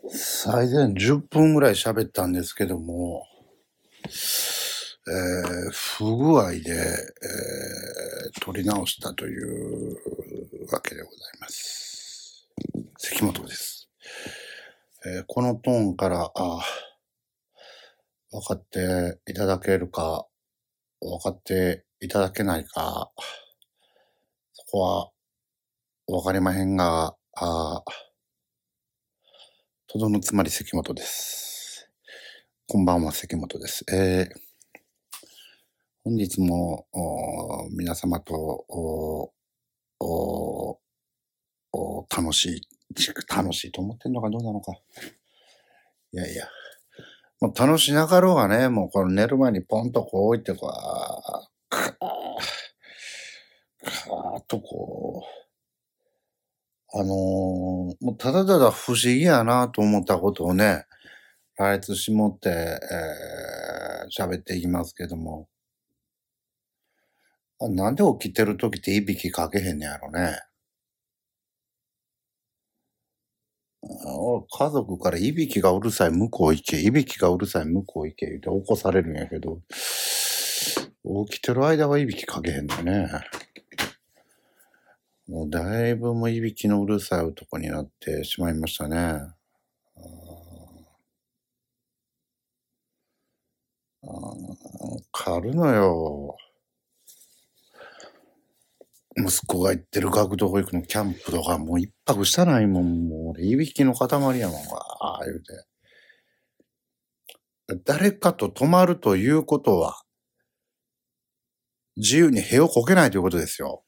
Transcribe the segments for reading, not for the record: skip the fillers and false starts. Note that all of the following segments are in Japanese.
最前10分ぐらい喋ったんですけども、不具合で、撮り直したというわけでございます。関本です。このトーンから分かっていただけるか、分かっていただけないか、そこは分かりまへんが、とどのつまり関本です。こんばんは、関本です。本日も皆様と楽しいと思ってんのかどうなのか。いやいや。もう楽しなかろうがね、もうこの寝る前にポンとこう置いてカーッとこう、もうただただ不思議やなと思ったことをね、羅列しもって、喋っていきますけども。なんで起きてる時っていびきかけへんねやろね。俺家族からいびきがうるさい向こう行け、いびきがうるさい向こう行け言って起こされるんやけど、起きてる間はいびきかけへんだね。もうだいぶもういびきのうるさい男になってしまいましたね。狩るのよ。息子が行ってる学童保育のキャンプとかもう一泊したないもん。もう俺いびきの塊やもん。言うて。誰かと泊まるということは、自由に塀をこけないということですよ。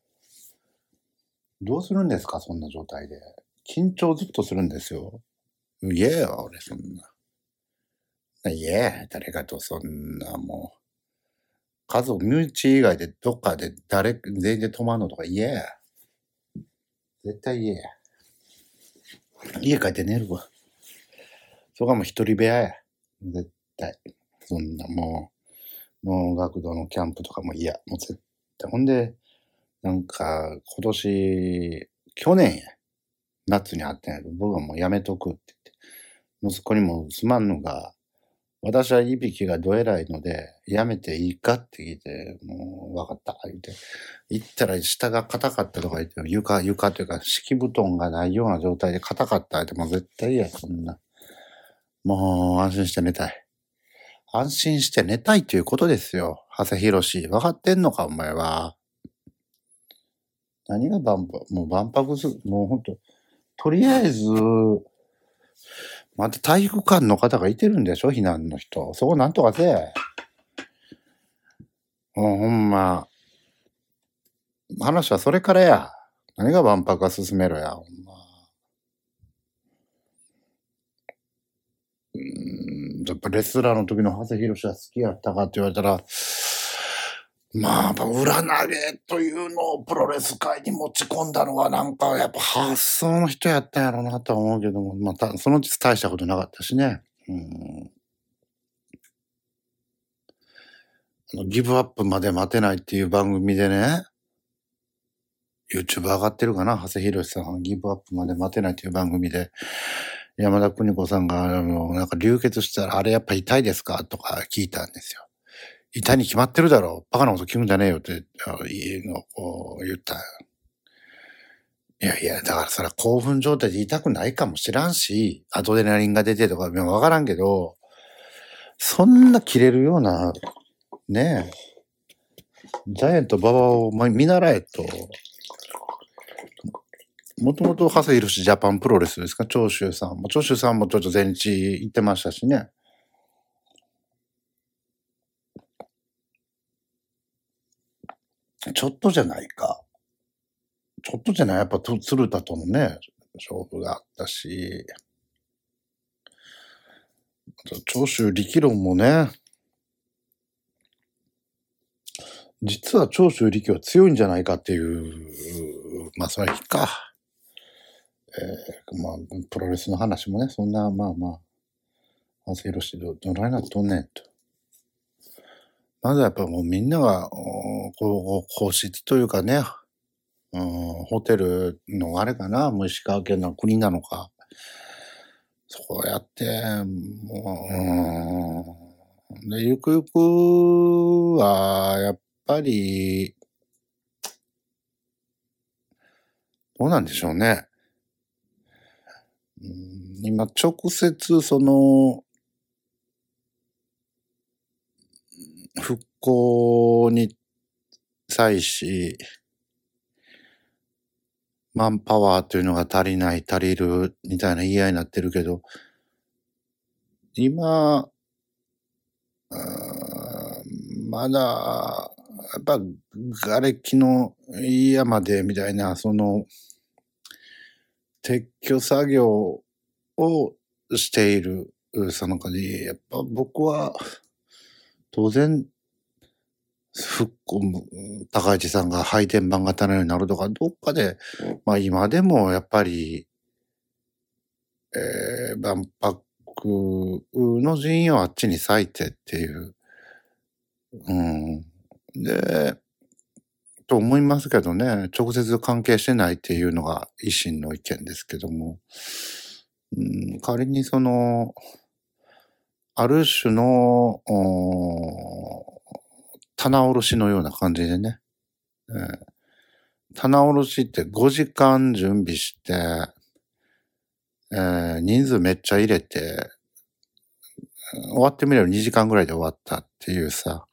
どうするんですか、そんな状態で。緊張ずっとするんですよ。嫌やわ、俺、そんな。嫌や、誰かとそんな、もう。家族、身内以外でどっかで全員で泊まるのとか嫌や。絶対嫌や。家帰って寝るわ。そこはもう一人部屋や。絶対。そんな、もう学童のキャンプとかも嫌。もう絶対。ほんで、なんか、去年や。夏にあったんやけど、僕はもうやめとくって言って。息子にもすまんのが、私はいびきがどえらいので、やめていいかって聞いて、もう、わかった、言って。行ったら下が硬かったとか言って、床というか敷布団がないような状態で硬かったって、もう絶対嫌や、そんな。もう、安心して寝たい。安心して寝たいということですよ。長谷博士。わかってんのか、お前は。何がもう万博もうほんと、とりあえず、また体育館の方がいてるんでしょ、避難の人。そこなんとかせ。もうほんま。話はそれからや。何が万博が進めろや、ほんま。やっぱレスラーの時の長谷博士は好きやったかって言われたら、まあ、やっぱ裏投げというのをプロレス界に持ち込んだのはなんかやっぱ発想の人やったんやろうなとは思うけども、まあ、そのうち大したことなかったしね。ギブアップまで待てないっていう番組でね、YouTube 上がってるかな、長谷博さんがギブアップまで待てないっていう番組で、山田邦子さんが、なんか流血したら、あれやっぱ痛いですかとか聞いたんですよ。痛いに決まってるだろう。バカなこと聞くんじゃねえよって、言った。いやいや、だからそら興奮状態で痛くないかもしらんし、アドレナリンが出てとかわからんけど、そんな切れるような、ねえ、ジャイアント馬場を見習えと、もともと長谷博ジャパンプロレスですか、長州さんも。長州さんもちょっと前日行ってましたしね。ちょっとじゃないか。ちょっとじゃない、やっぱ鶴田とのね、勝負があったし、長州力論もね、実は長州力は強いんじゃないかっていう、まあそれはいいか。まあ、プロレスの話もね、そんな、まあまあ、長谷博どないなっとんねんと。まずやっぱもうみんなが、皇室というかね、ホテルのあれかな、石川県の国なのか、 そうやって、で、ゆくゆくは、やっぱり、どうなんでしょうね。今、直接、復興に際し、マンパワーというのが足りない、足りる、みたいな言い合いになってるけど、今、まだ、やっぱ、瓦礫の山で、みたいな、撤去作業をしている、その中で、やっぱ僕は、当然、復興、高市さんが配電盤型のようになるとか、どっかで、まあ今でもやっぱり、万博の陣をあっちに割いてっていう、で、と思いますけどね、直接関係してないっていうのが維新の意見ですけども、仮にある種の、棚卸しのような感じでね、棚卸しって5時間準備して、人数めっちゃ入れて、終わってみれば2時間ぐらいで終わったっていうさ、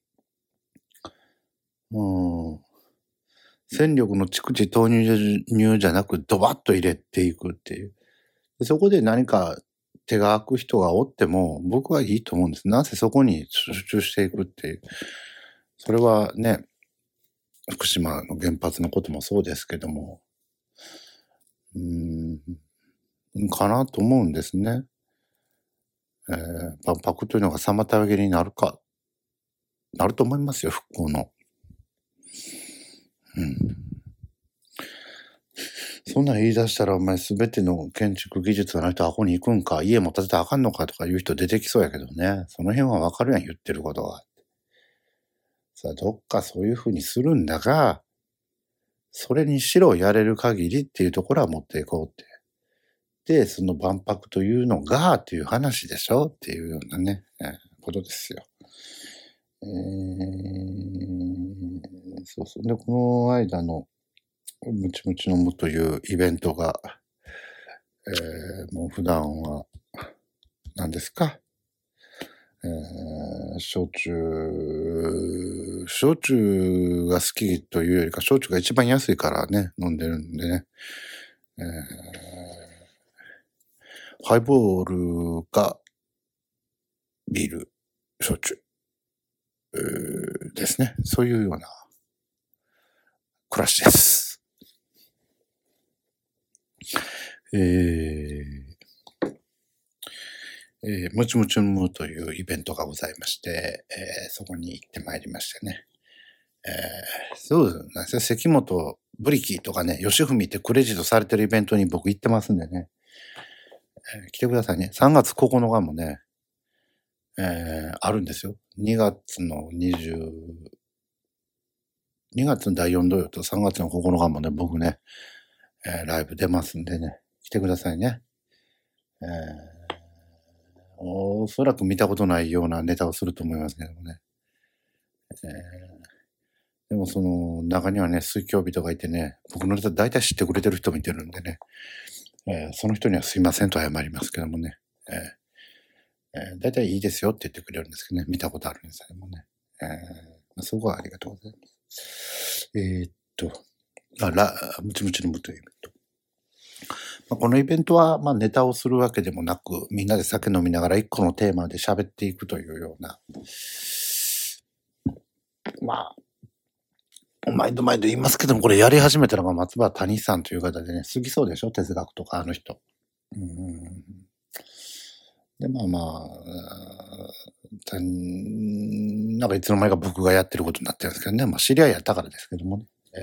戦力の蓄積投入じゃなくドバッと入れていくっていう。そこで何か手が空く人がおっても僕はいいと思うんです。なぜそこに集中していくっていう。それはね、福島の原発のこともそうですけども、かなと思うんですね。万博というのが妨げになると思いますよ、復興の。そんなん言い出したら、お前すべての建築技術がないとあこに行くんか、家も建てたらあかんのかとか言う人出てきそうやけどね。その辺はわかるやん、言ってることは。さあ、どっかそういうふうにするんだが、それにしろやれる限りっていうところは持っていこうって。で、その万博というのがっていう話でしょっていうようなね、ことですよ。そうそう。で、この間のムチムチのむというイベントが、もう普段は、何ですか、焼酎が好きというよりか、焼酎が一番安いからね、飲んでるんでね。ハイボールかビール、焼酎、ですね。そういうような暮らしです。ムチムチムというイベントがございまして、そこに行ってまいりましてね。そうなんですよ。関本ブリキとかね、吉文ってクレジットされてるイベントに僕行ってますんでね。来てくださいね。3月9日もね、あるんですよ。2月の第4土曜と3月の9日もね、僕ね、ライブ出ますんでね、来てくださいね。おそらく見たことないようなネタをすると思いますけどもね。でもその中にはね、水曜日とかいてね、僕のネタ大体知ってくれてる人もいてるんでね、その人にはすいませんと謝りますけどもね、大体いいですよって言ってくれるんですけどね、見たことあるんですけどもね。そこはありがとうございます。ムチムチのムというイベント。このイベントは、ネタをするわけでもなく、みんなで酒飲みながら一個のテーマで喋っていくというような、毎度毎度言いますけども、これやり始めたのが松原谷さんという方でね、好きそうでしょ、哲学とか、あの人。で、なんかいつの間にか僕がやってることになってるんですけどね、知り合いやったからですけどもね。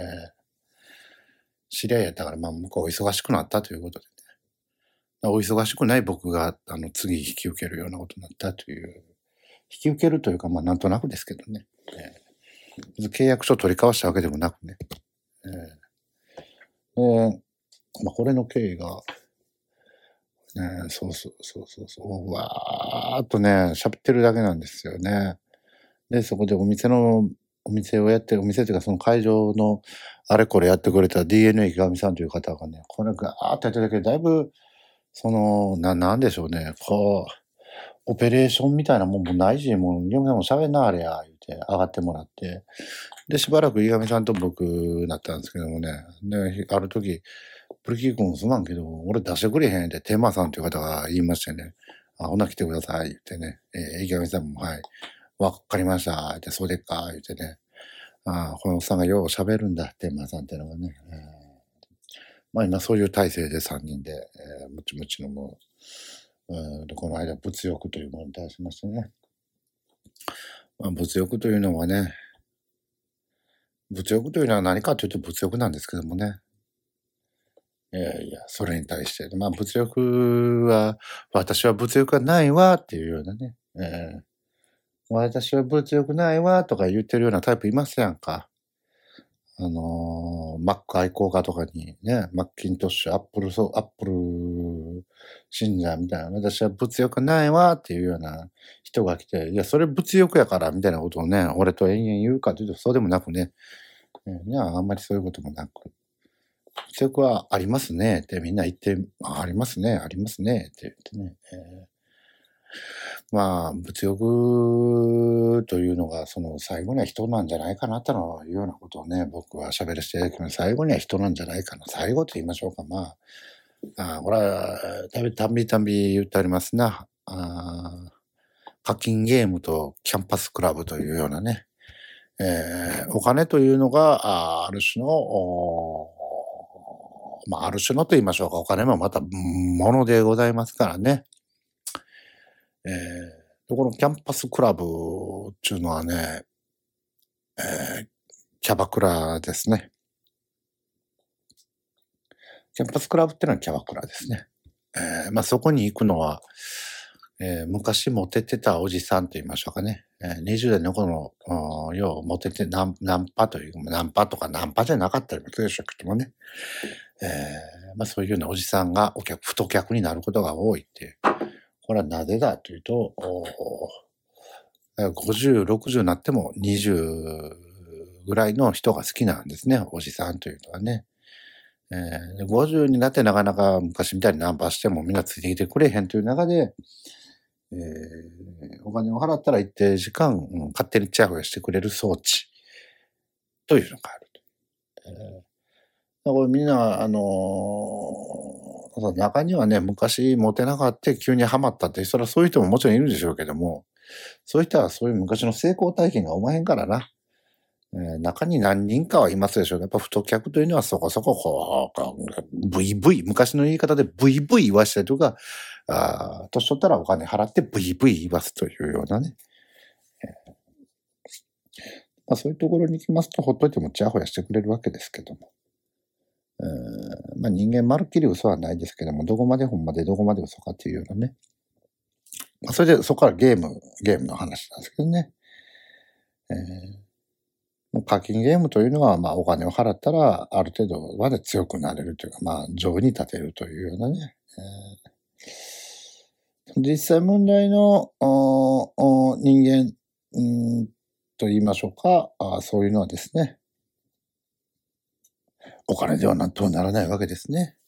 知り合いやったから、向こう忙しくなったということでね。お忙しくない僕が、次引き受けるようなことになったという。引き受けるというか、なんとなくですけどね。契約書取り交わしたわけでもなくね。これの経緯が、 ね、そうそうそうそうそう、わーっとね、喋ってるだけなんですよね。で、そこでお店をやって、お店というかその会場のあれこれやってくれた DNA 池上さんという方がね、これガーってやってるだけでだいぶ、なんでしょうね、オペレーションみたいなもんもないし、もう、池上さんも喋んなあれや、言うて上がってもらって、で、しばらく池上さんと僕なったんですけどもね、で、ある時、プリキー君すまんけど、俺出してくれへんって、テーマさんという方が言いましてね、ほな来てください、言ってね、池上さんも、はい、わかりました、って、そうでっか、言ってね、このおっさんがよう喋るんだ、テーマさんっていうのがね、まあ今そういう体制で3人で、ムチムチのもう、この間物欲というものに対しましてね、物欲というのはね、物欲というのは何かというと物欲なんですけどもね、それに対して、物欲は、私は物欲がないわっていうようなね、私は物欲ないわとか言ってるようなタイプいますやんか。Mac 愛好家とかにね、マッキントッシュ、アップル信者みたいな、私は物欲ないわっていうような人が来て、いや、それ物欲やからみたいなことをね、俺と延々言うかというとそうでもなくね、いや、あんまりそういうこともなく、物欲はありますねってみんな言って、ありますね、ありますねって言ってね。物欲というのが、最後には人なんじゃないかなというようなことをね、僕は喋らせていただきます。最後には人なんじゃないかな。最後と言いましょうか。これは、たびたび言ってありますな。課金ゲームとキャンパスクラブというようなね。お金というのが、ある種の、ある種のと言いましょうか。お金もまたものでございますからね。このキャンパスクラブっていうのはね、キャバクラですね。キャンパスクラブってのはキャバクラですね。そこに行くのは、昔モテてたおじさんと言いましょうかね。20代の頃の、ようモテてナンパという、ナンパとかナンパじゃなかったりもするでしょうけどもね。そういうようなおじさんが太客になることが多いっていう。これはなぜだというと、50、60になっても20ぐらいの人が好きなんですね。おじさんというのはね。50になってなかなか昔みたいにナンパしてもみんなついてきてくれへんという中で、お金を払ったら一定時間、勝手にチヤホヤしてくれる装置というのがあると。これみんな、中にはね、昔モテなかった急にハマったって、それはそういう人ももちろんいるでしょうけども、そういう人はそういう昔の成功体験がおまへんからな。中に何人かはいますでしょう。やっぱ太客というのはそこそこブイブイ、昔の言い方でブイブイ言わしたりとか、年取ったらお金払ってブイブイ言わすというようなね。そういうところに行きますと、ほっといてもチヤホヤしてくれるわけですけども。人間まるっきり嘘はないですけども、どこまでほんまでどこまで嘘かっていうようなね。それでそこからゲームの話なんですけどね。課金ゲームというのは、お金を払ったら、ある程度まで強くなれるというか、上位に立てるというようなね。実際問題の人間と言いましょうか、そういうのはですね、お金ではなんともならないわけですね。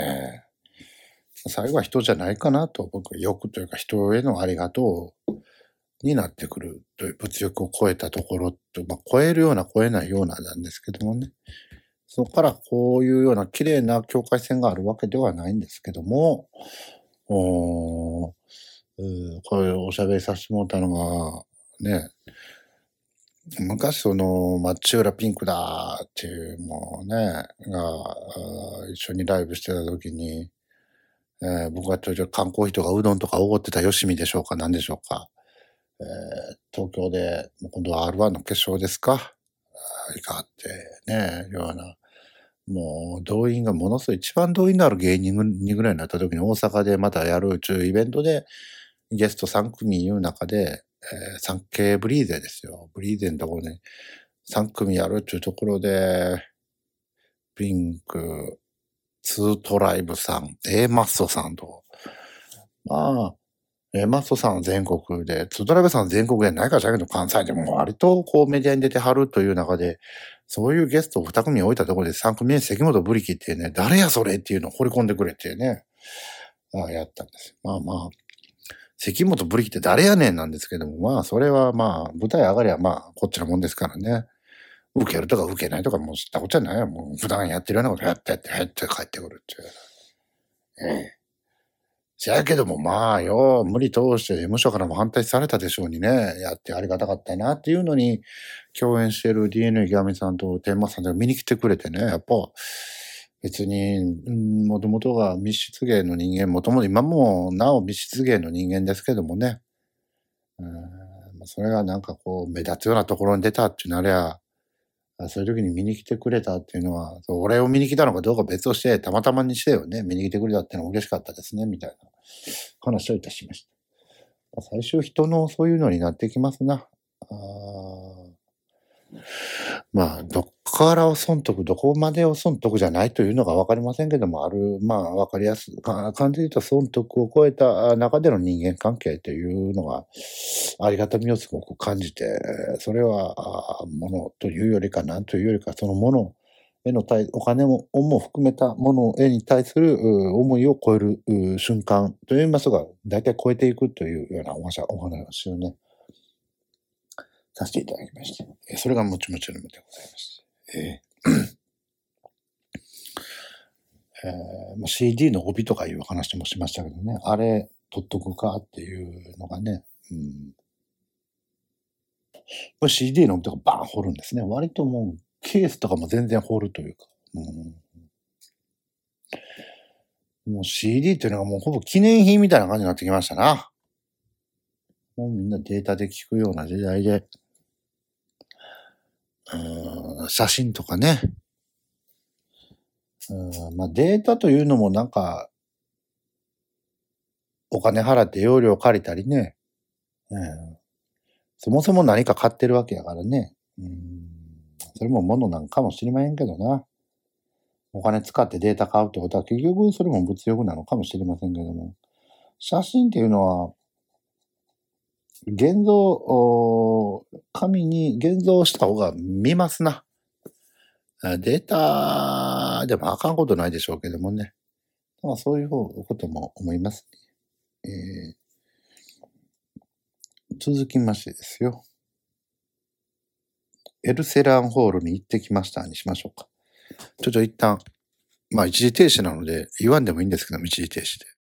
最後は人じゃないかなと、僕は欲というか人へのありがとうになってくるという、物欲を超えたところと、超えるような超えないようななんですけどもね。そこからこういうような綺麗な境界線があるわけではないんですけども、これおしゃべりさせてもらったのが、ね、昔マッチューラピンクだっていうもうね、一緒にライブしてた時に、僕がちょいちょい缶コーヒーとかうどんとかおごってたよしみでしょうか、何でしょうか。東京で、今度は R1 の決勝ですか。があってね、ような。もう動員がものすごい一番動員のある芸人にぐらいになった時に大阪でまたやるイベントでゲスト3組いう中で、サンケイブリーゼですよ。ブリーゼのところに3組やるっていうところで、ピンク、ツートライブさん、A マッソさんと、 まあ、マストさんは全国で、ツードライブさんは全国でないかしらけど、関西でも割とこうメディアに出てはるという中で、そういうゲストを2組置いたところで3組目関本ブリキっていうね、誰やそれっていうのを掘り込んでくれてね、やったんですよ。まあまあ、関本ブリキって誰やねんなんですけども、まあそれはまあ、舞台上がりはまあ、こっちのもんですからね。受けるとか受けないとかもう知ったことじゃないよ。もう普段やってるようなことやって帰ってくるっていう。ええ。せやけどもまあよ、無理通して事務所からも反対されたでしょうにね、やってありがたかったなっていうのに、共演してる DNA ギャミさんと天馬さんが見に来てくれてね、やっぱ、別に、もともとが密室芸の人間、もともと今もなお密室芸の人間ですけどもね、それがなんかこう目立つようなところに出たってなりゃ、そういう時に見に来てくれたっていうのは、俺を見に来たのかどうか別として、たまたまにしてよね、見に来てくれたっていうのは嬉しかったですね、みたいな話をいたしました。最終人のそういうのになってきますな。まあ、どっからを損得、どこまでを損得じゃないというのがわかりませんけども、まあ、わかりやすい、感じで言うと損得を超えた中での人間関係というのが、ありがたみをすごく感じて、それは、ものというよりか、なんというよりか、そのものへのお金も含めたものへに対する思いを超える瞬間といいますが、大体超えていくというようなお話をね、させていただきました。それがもちもちの夢でございました。CD の帯とかいう話もしましたけどね、あれ取っとくかっていうのがね、これ CD の帯とかバーン掘るんですね。割ともうケースとかも全然掘るというか、もう CD っていうのがもうほぼ記念品みたいな感じになってきましたな。もうみんなデータで聞くような時代で、写真とかね、まあデータというのもなんか、お金払って容量借りたりね、そもそも何か買ってるわけやからね。それも物なんかもしれませんけどな。お金使ってデータ買うってことは結局それも物欲なのかもしれませんけども。写真っていうのは、紙に現像した方が見ますな。データでもあかんことないでしょうけどもね。まあそういうことも思いますね。続きましてですよ。エルセランホールに行ってきましたにしましょうか。ちょっと一旦、まあ一時停止なので言わんでもいいんですけども、一時停止で。